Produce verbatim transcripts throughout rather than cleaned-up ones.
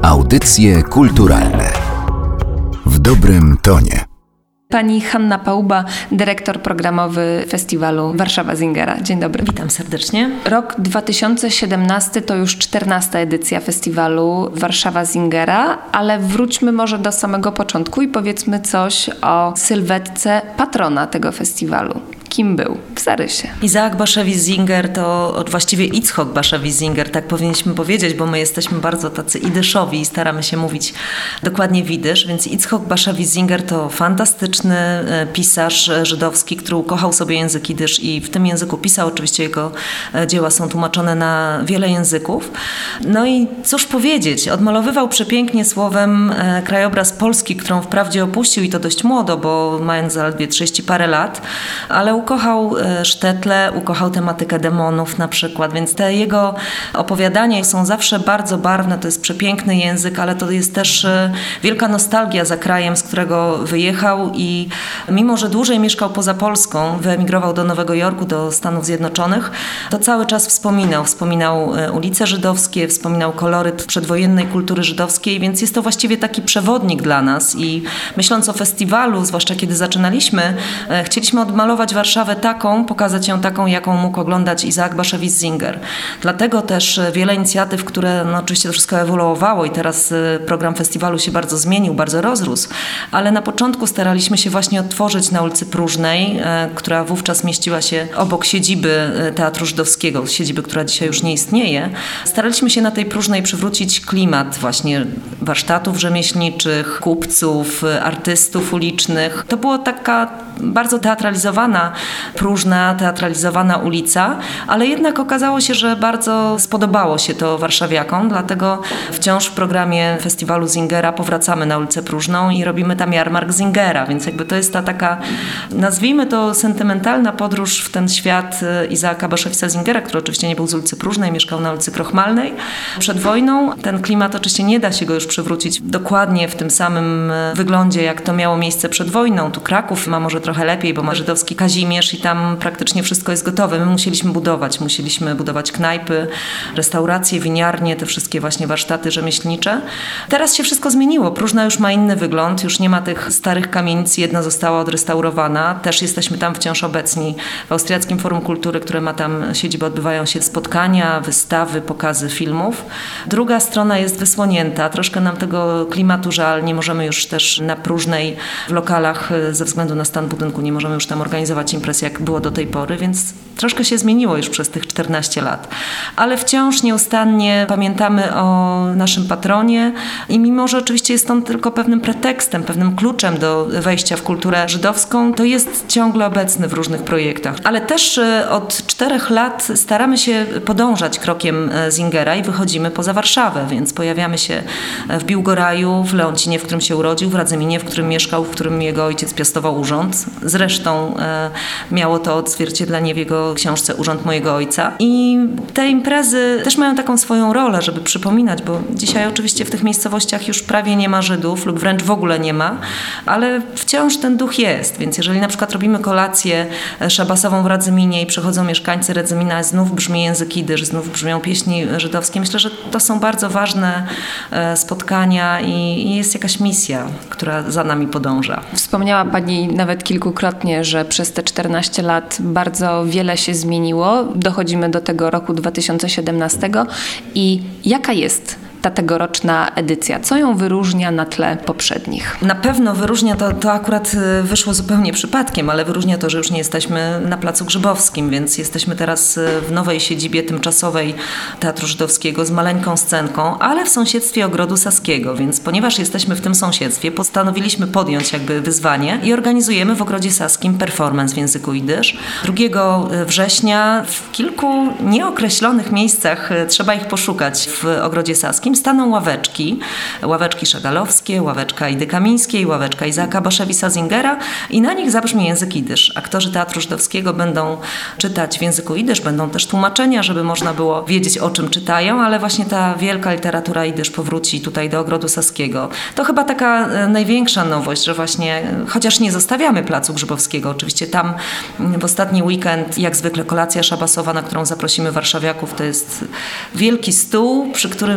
Audycje kulturalne w dobrym tonie. Pani Hanna Pałuba, dyrektor programowy festiwalu Warszawa Singera. Dzień dobry. Witam serdecznie. Rok dwa tysiące siedemnasty to już czternasta edycja festiwalu Warszawa Singera, ale wróćmy może do samego początku i powiedzmy coś o sylwetce patrona tego festiwalu. Kim był w zarysie? Izaak Bashevis Singer to właściwie Itzhok Bashevis Singer, tak powinniśmy powiedzieć, bo my jesteśmy bardzo tacy idyszowi i staramy się mówić dokładnie w idysz, więc Itzhok Bashevis Singer to fantastyczny pisarz żydowski, który ukochał sobie język idysz i w tym języku pisał. Oczywiście jego dzieła są tłumaczone na wiele języków. No i cóż powiedzieć, odmalowywał przepięknie słowem krajobraz Polski, którą wprawdzie opuścił i to dość młodo, bo mając zaledwie trzydzieści parę lat, ale ukochał sztetle, ukochał tematykę demonów na przykład, więc te jego opowiadania są zawsze bardzo barwne, to jest przepiękny język, ale to jest też wielka nostalgia za krajem, z którego wyjechał i mimo, że dłużej mieszkał poza Polską, wyemigrował do Nowego Jorku, do Stanów Zjednoczonych, to cały czas wspominał, wspominał ulice żydowskie, wspominał koloryt przedwojennej kultury żydowskiej, więc jest to właściwie taki przewodnik dla nas i myśląc o festiwalu, zwłaszcza kiedy zaczynaliśmy, chcieliśmy odmalować Warszawę taką, pokazać ją taką, jaką mógł oglądać Izaak Bashevis Singer. Dlatego też wiele inicjatyw, które no oczywiście to wszystko ewoluowało i teraz program festiwalu się bardzo zmienił, bardzo rozrósł, ale na początku staraliśmy się właśnie odtworzyć na ulicy Próżnej, która wówczas mieściła się obok siedziby Teatru Żydowskiego, siedziby, która dzisiaj już nie istnieje. Staraliśmy się na tej Próżnej przywrócić klimat właśnie warsztatów rzemieślniczych, kupców, artystów ulicznych. To była taka bardzo teatralizowana Próżna, teatralizowana ulica, ale jednak okazało się, że bardzo spodobało się to warszawiakom, dlatego wciąż w programie festiwalu Singera powracamy na ulicę Próżną i robimy tam jarmark Singera, więc jakby to jest ta taka, nazwijmy to sentymentalna podróż w ten świat Izaaka Bashevisa Singera, który oczywiście nie był z ulicy Próżnej, mieszkał na ulicy Krochmalnej przed wojną. Ten klimat oczywiście nie da się go już przywrócić dokładnie w tym samym wyglądzie, jak to miało miejsce przed wojną. Tu Kraków ma może trochę lepiej, bo ma żydowski Kazimierz i tam praktycznie wszystko jest gotowe. My musieliśmy budować, musieliśmy budować knajpy, restauracje, winiarnie, te wszystkie właśnie warsztaty rzemieślnicze. Teraz się wszystko zmieniło. Próżna już ma inny wygląd, już nie ma tych starych kamienic, jedna została odrestaurowana. Też jesteśmy tam wciąż obecni w Austriackim Forum Kultury, które ma tam siedzibę, odbywają się spotkania, wystawy, pokazy filmów. Druga strona jest wysłonięta. Troszkę nam tego klimatu żal, nie możemy już też na Próżnej w lokalach ze względu na stan budynku, nie możemy już tam organizować imprez, jak było do tej pory, więc troszkę się zmieniło już przez tych czternaście lat. Ale wciąż nieustannie pamiętamy o naszym patronie i mimo, że oczywiście jest on tylko pewnym pretekstem, pewnym kluczem do wejścia w kulturę żydowską, to jest ciągle obecny w różnych projektach. Ale też od czterech lat staramy się podążać krokiem Singera i wychodzimy poza Warszawę, więc pojawiamy się w Biłgoraju, w Leoncinie, w którym się urodził, w Radzyminie, w którym mieszkał, w którym jego ojciec piastował urząd. Zresztą e, miało to odzwierciedlenie w jego książce Urząd mojego ojca. I te imprezy też mają taką swoją rolę, żeby przypominać, bo dzisiaj oczywiście w tych miejscowościach już prawie nie ma Żydów lub wręcz w ogóle nie ma, ale wciąż ten duch jest. Więc jeżeli na przykład robimy kolację szabasową w Radzyminie i przychodzą mieszkańcy Radzymina, znów brzmi język idysz, znów brzmią pieśni żydowskie. Myślę, że to są bardzo ważne e, spotkania i, i jest jakaś misja, która za nami podąża. Wspomniała Pani nawet kilkukrotnie, że przez te czternaście lat bardzo wiele się zmieniło. Dochodzimy do tego roku dwa tysiące siedemnastego i jaka jest ta tegoroczna edycja? Co ją wyróżnia na tle poprzednich? Na pewno wyróżnia to, to akurat wyszło zupełnie przypadkiem, ale wyróżnia to, że już nie jesteśmy na Placu Grzybowskim, więc jesteśmy teraz w nowej siedzibie tymczasowej Teatru Żydowskiego z maleńką scenką, ale w sąsiedztwie Ogrodu Saskiego, więc ponieważ jesteśmy w tym sąsiedztwie, postanowiliśmy podjąć jakby wyzwanie i organizujemy w Ogrodzie Saskim performance w języku idysz. drugiego września w kilku nieokreślonych miejscach, trzeba ich poszukać w Ogrodzie Saskim, staną ławeczki, ławeczki szagalowskie, ławeczka Idy Kamińskiej, ławeczka Izaaka Bashevisa Singera i na nich zabrzmi język idysz. Aktorzy Teatru Żydowskiego będą czytać w języku idysz, będą też tłumaczenia, żeby można było wiedzieć, o czym czytają, ale właśnie ta wielka literatura idysz powróci tutaj do Ogrodu Saskiego. To chyba taka największa nowość, że właśnie, chociaż nie zostawiamy Placu Grzybowskiego, oczywiście tam w ostatni weekend, jak zwykle kolacja szabasowa, na którą zaprosimy warszawiaków, to jest wielki stół, przy którym zasiada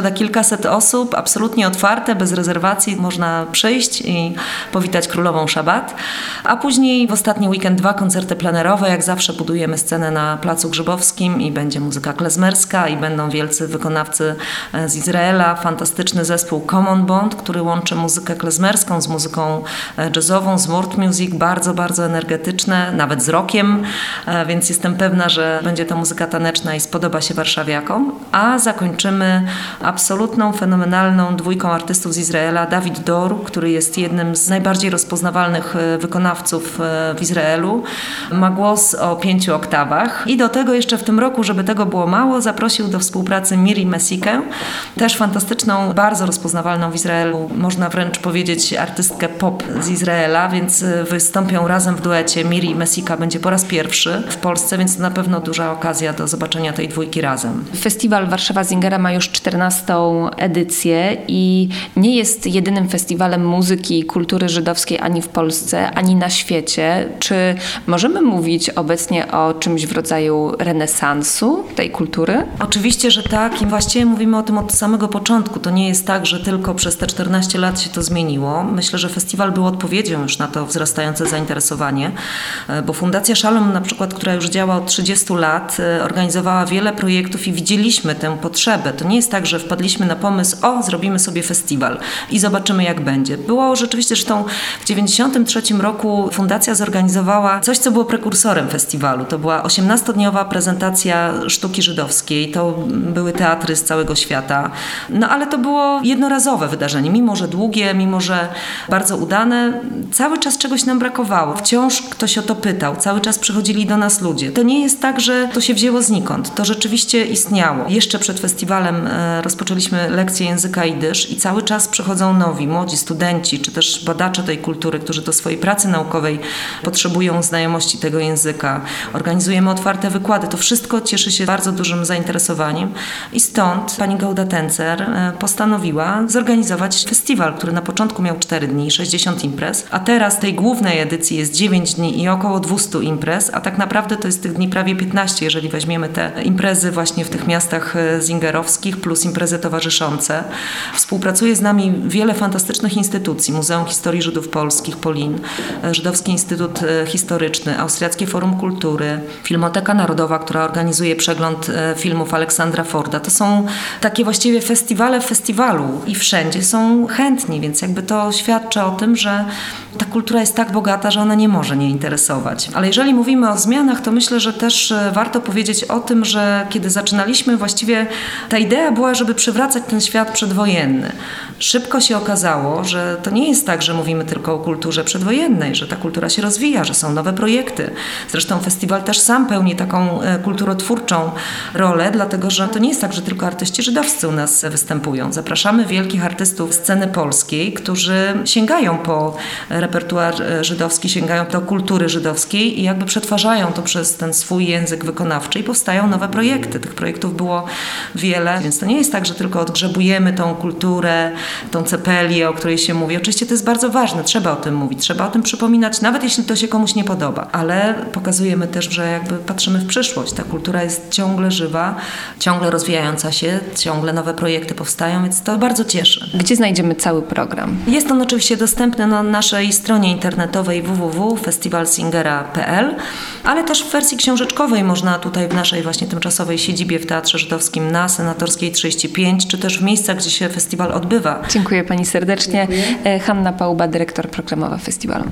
posiada kilkaset osób, absolutnie otwarte, bez rezerwacji. Można przyjść i powitać Królową Szabat. A później w ostatni weekend dwa koncerty plenerowe. Jak zawsze budujemy scenę na Placu Grzybowskim i będzie muzyka klezmerska i będą wielcy wykonawcy z Izraela. Fantastyczny zespół Common Bond, który łączy muzykę klezmerską z muzyką jazzową, z world music, bardzo, bardzo energetyczne, nawet z rockiem, więc jestem pewna, że będzie to muzyka taneczna i spodoba się warszawiakom. A zakończymy absolutną, fenomenalną dwójką artystów z Izraela. Dawid Dor, który jest jednym z najbardziej rozpoznawalnych wykonawców w Izraelu. Ma głos o pięciu oktawach. I do tego jeszcze w tym roku, żeby tego było mało, zaprosił do współpracy Miri Mesikę, też fantastyczną, bardzo rozpoznawalną w Izraelu, można wręcz powiedzieć artystkę pop z Izraela, więc wystąpią razem w duecie. Miri Mesika będzie po raz pierwszy w Polsce, więc to na pewno duża okazja do zobaczenia tej dwójki razem. Festiwal Warszawa Singera ma już czternastą edycję i nie jest jedynym festiwalem muzyki i kultury żydowskiej ani w Polsce, ani na świecie. Czy możemy mówić obecnie o czymś w rodzaju renesansu tej kultury? Oczywiście, że tak i właściwie mówimy o tym od samego początku. To nie jest tak, że tylko przez te czternaście lat się to zmieniło. Myślę, że festiwal był odpowiedzią już na to wzrastające zainteresowanie, bo Fundacja Shalom na przykład, która już działa od trzydziestu lat, organizowała wiele projektów i widzieliśmy tę potrzebę. To nie jest tak, że wpadliśmy na pomysł, o, zrobimy sobie festiwal i zobaczymy, jak będzie. Było rzeczywiście, zresztą w dziewięćdziesiątym trzecim roku Fundacja zorganizowała coś, co było prekursorem festiwalu. To była osiemnastodniowa prezentacja sztuki żydowskiej. To były teatry z całego świata. No ale to było jednorazowe wydarzenie. Mimo że długie, mimo że bardzo udane, cały czas czegoś nam brakowało. Wciąż ktoś o to pytał. Cały czas przychodzili do nas ludzie. To nie jest tak, że to się wzięło znikąd. To rzeczywiście istniało. Jeszcze przed festiwalem e, rozpoczęliśmy lekcje języka jidysz i cały czas przychodzą nowi, młodzi studenci, czy też badacze tej kultury, którzy do swojej pracy naukowej potrzebują znajomości tego języka. Organizujemy otwarte wykłady. To wszystko cieszy się bardzo dużym zainteresowaniem i stąd pani Gauda Tencer e, postanowiła zorganizować festiwal, który na początku miał cztery dni, sześćdziesiąt imprez, a teraz tej głównej edycji jest dziewięć dni i około dwieście imprez, a tak naprawdę to jest tych dni prawie piętnaście, jeżeli weźmiemy te imprezy właśnie w tych miastach zingerowskich plus imprezy towarzyszące. Współpracuje z nami wiele fantastycznych instytucji. Muzeum Historii Żydów Polskich Polin, Żydowski Instytut Historyczny, Austriackie Forum Kultury, Filmoteka Narodowa, która organizuje przegląd filmów Aleksandra Forda. To są takie właściwie festiwale w festiwalu i wszędzie są chętni, więc jakby to świadczy o tym, że ta kultura jest tak bogata, że ona nie może nie interesować. Ale jeżeli mówimy o zmianach, to myślę, że też warto powiedzieć o tym, że kiedy zaczynaliśmy, właściwie ta idea była, żeby przywracać ten świat przedwojenny. Szybko się okazało, że to nie jest tak, że mówimy tylko o kulturze przedwojennej, że ta kultura się rozwija, że są nowe projekty. Zresztą festiwal też sam pełni taką kulturotwórczą rolę, dlatego że to nie jest tak, że tylko artyści żydowscy u nas występują. Zapraszamy wielkich artystów sceny polskiej, którzy sięgają po repertuar żydowski, sięgają do kultury żydowskiej i jakby przetwarzają to przez ten swój język wykonawczy i powstają nowe projekty. Tych projektów było wiele, więc to nie jest tak, że tylko odgrzebujemy tą kulturę, tą cepelię, o której się mówi. Oczywiście to jest bardzo ważne, trzeba o tym mówić, trzeba o tym przypominać, nawet jeśli to się komuś nie podoba, ale pokazujemy też, że jakby patrzymy w przyszłość. Ta kultura jest ciągle żywa, ciągle rozwijająca się, ciągle nowe projekty powstają, więc to bardzo cieszy. Gdzie znajdziemy cały program? Jest on oczywiście dostępny na naszej stronie internetowej w w w kropka festiwal singera kropka p l, ale też w wersji książeczkowej można tutaj w naszej właśnie tymczasowej siedzibie w Teatrze Żydowskim na Senatorskiej trzydzieści pięć, czy też w miejscach, gdzie się festiwal odbywa. Dziękuję pani serdecznie. Dziękuję. Hanna Pałuba, dyrektor programowa festiwalu.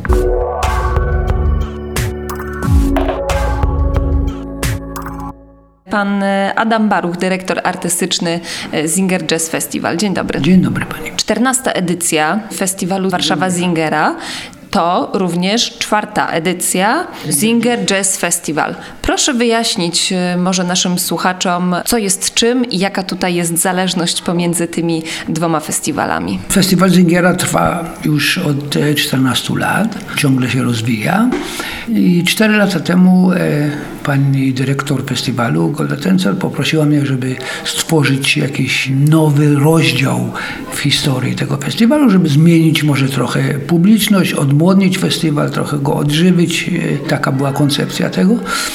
Pan Adam Baruch, dyrektor artystyczny Singer Jazz Festival. Dzień dobry. Dzień dobry pani. czternasta edycja festiwalu Warszawa Singera. To również czwarta edycja Singer Jazz Festival. Proszę wyjaśnić może naszym słuchaczom, co jest czym i jaka tutaj jest zależność pomiędzy tymi dwoma festiwalami. Festiwal Singera trwa już od czternastu lat, ciągle się rozwija i cztery lata temu e, pani dyrektor festiwalu, Golda Tencer, poprosiła mnie, żeby stworzyć jakiś nowy rozdział w historii tego festiwalu, żeby zmienić może trochę publiczność, od odmłodnić festiwal, trochę go odżywić. Taka była koncepcja tego.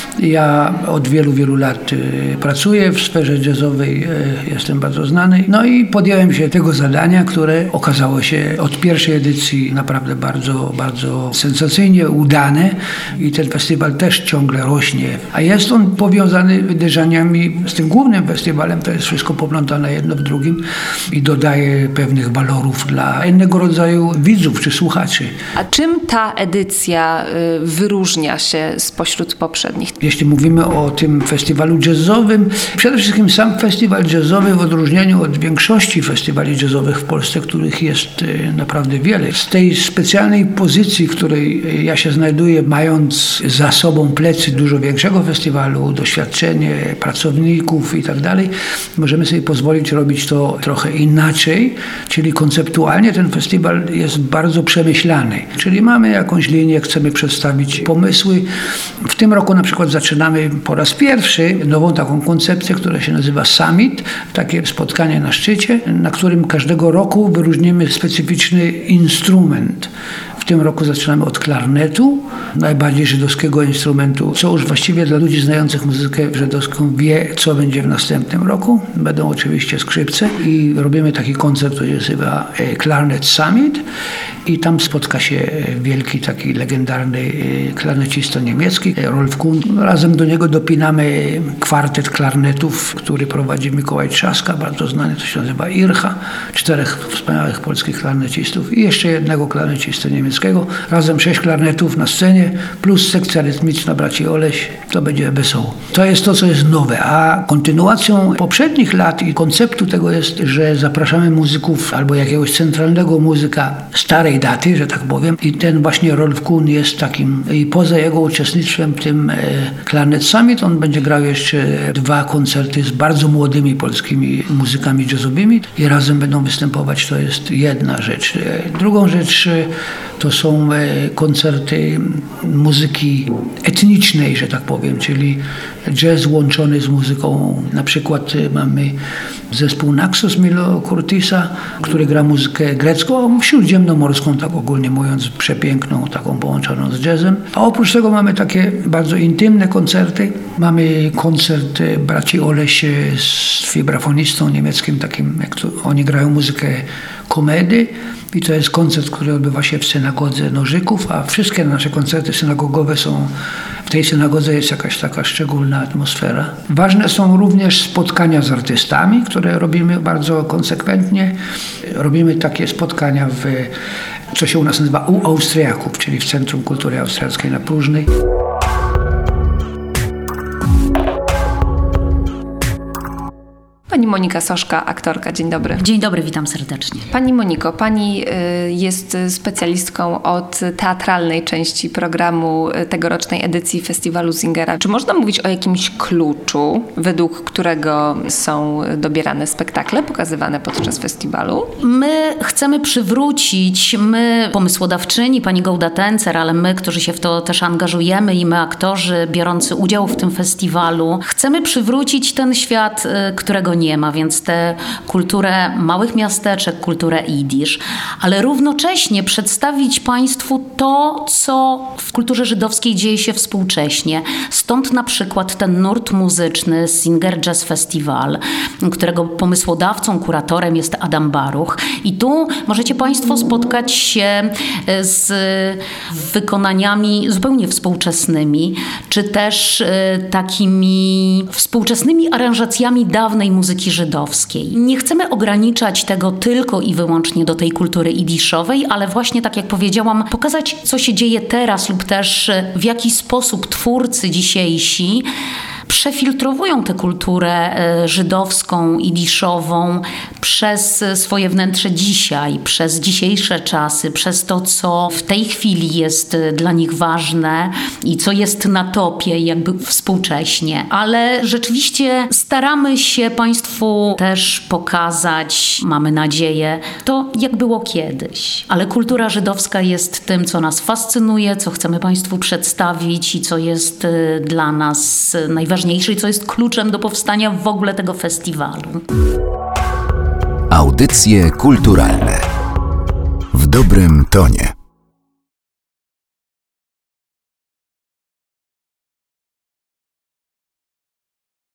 Ja od wielu, wielu lat pracuję w sferze jazzowej, jestem bardzo znany. No i podjąłem się tego zadania, które okazało się od pierwszej edycji naprawdę bardzo, bardzo sensacyjnie udane i ten festiwal też ciągle rośnie. A jest on powiązany wydarzeniami z tym głównym festiwalem, to jest wszystko poplątane jedno w drugim i dodaje pewnych walorów dla innego rodzaju widzów czy słuchaczy. A czym ta edycja wyróżnia się spośród poprzednich? Jeśli mówimy o tym festiwalu jazzowym, przede wszystkim sam festiwal jazzowy w odróżnieniu od większości festiwali jazzowych w Polsce, których jest naprawdę wiele. Z tej specjalnej pozycji, w której ja się znajduję, mając za sobą plecy dużo większego festiwalu, doświadczenie pracowników i tak dalej, możemy sobie pozwolić robić to trochę inaczej, czyli konceptualnie ten festiwal jest bardzo przemyślany. Czyli mamy jakąś linię, chcemy przedstawić pomysły. W tym roku na przykład zaczynamy po raz pierwszy nową taką koncepcję, która się nazywa Summit, takie spotkanie na szczycie, na którym każdego roku wyróżnimy specyficzny instrument. W tym roku zaczynamy od klarnetu, najbardziej żydowskiego instrumentu, co już właściwie dla ludzi znających muzykę żydowską wie, co będzie w następnym roku. Będą oczywiście skrzypce i robimy taki koncert, który się nazywa Klarnet Summit i tam spotka się wielki, taki legendarny klarnecista niemiecki, Rolf Kuhn. Razem do niego dopinamy kwartet klarnetów, który prowadzi Mikołaj Trzaska, bardzo znany, to się nazywa Ircha, czterech wspaniałych polskich klarnecistów i jeszcze jednego klarnecistę niemieckiego. Razem sześć klarnetów na scenie, plus sekcja rytmiczna braci Oleś, to będzie wesoło. To jest to, co jest nowe, a kontynuacją poprzednich lat i konceptu tego jest, że zapraszamy muzyków albo jakiegoś centralnego muzyka starej daty, że tak powiem, i ten właśnie Rolf Kuhn jest takim, i poza jego uczestnictwem w tym e, Klarnet Summit, on będzie grał jeszcze dwa koncerty z bardzo młodymi polskimi muzykami jazzowymi i razem będą występować, to jest jedna rzecz. E, drugą rzecz e, to są koncerty muzyki etnicznej, że tak powiem, czyli jazz łączony z muzyką. Na przykład mamy zespół Naxos Milo Curtisa, który gra muzykę grecką, śródziemnomorską, tak ogólnie mówiąc, przepiękną, taką połączoną z jazzem. A oprócz tego mamy takie bardzo intymne koncerty. Mamy koncert braci Oleś z vibrafonistą niemieckim, takim, jak to, oni grają muzykę komedy. I to jest koncert, który odbywa się w synagodze Nożyków, a wszystkie nasze koncerty synagogowe są, w tej synagodze jest jakaś taka szczególna atmosfera. Ważne są również spotkania z artystami, które robimy bardzo konsekwentnie. Robimy takie spotkania w, co się u nas nazywa u Austriaków, czyli w Centrum Kultury Austriackiej na Próżnej. Pani Monika Soszka, aktorka. Dzień dobry. Dzień dobry, witam serdecznie. Pani Moniko, pani jest specjalistką od teatralnej części programu tegorocznej edycji Festiwalu Singera. Czy można mówić o jakimś kluczu, według którego są dobierane spektakle pokazywane podczas festiwalu? My chcemy przywrócić, my pomysłodawczyni, pani Gołda Tencer, ale my, którzy się w to też angażujemy i my aktorzy biorący udział w tym festiwalu, chcemy przywrócić ten świat, którego nie nie ma, więc tę kulturę małych miasteczek, kulturę jidysz, ale równocześnie przedstawić Państwu to, co w kulturze żydowskiej dzieje się współcześnie. Stąd na przykład ten nurt muzyczny Singer Jazz Festival, którego pomysłodawcą, kuratorem jest Adam Baruch. I tu możecie Państwo spotkać się z wykonaniami zupełnie współczesnymi, czy też takimi współczesnymi aranżacjami dawnej muzyki żydowskiej. Nie chcemy ograniczać tego tylko i wyłącznie do tej kultury jidyszowej, ale właśnie, tak jak powiedziałam, pokazać, co się dzieje teraz lub też w jaki sposób twórcy dzisiejsi przefiltrowują tę kulturę żydowską, jidyszową przez swoje wnętrze dzisiaj, przez dzisiejsze czasy, przez to, co w tej chwili jest dla nich ważne i co jest na topie jakby współcześnie. Ale rzeczywiście staramy się Państwu też pokazać, mamy nadzieję, to jak było kiedyś. Ale kultura żydowska jest tym, co nas fascynuje, co chcemy Państwu przedstawić i co jest dla nas najważniejsze. I co jest kluczem do powstania w ogóle tego festiwalu. Audycje kulturalne w dobrym tonie.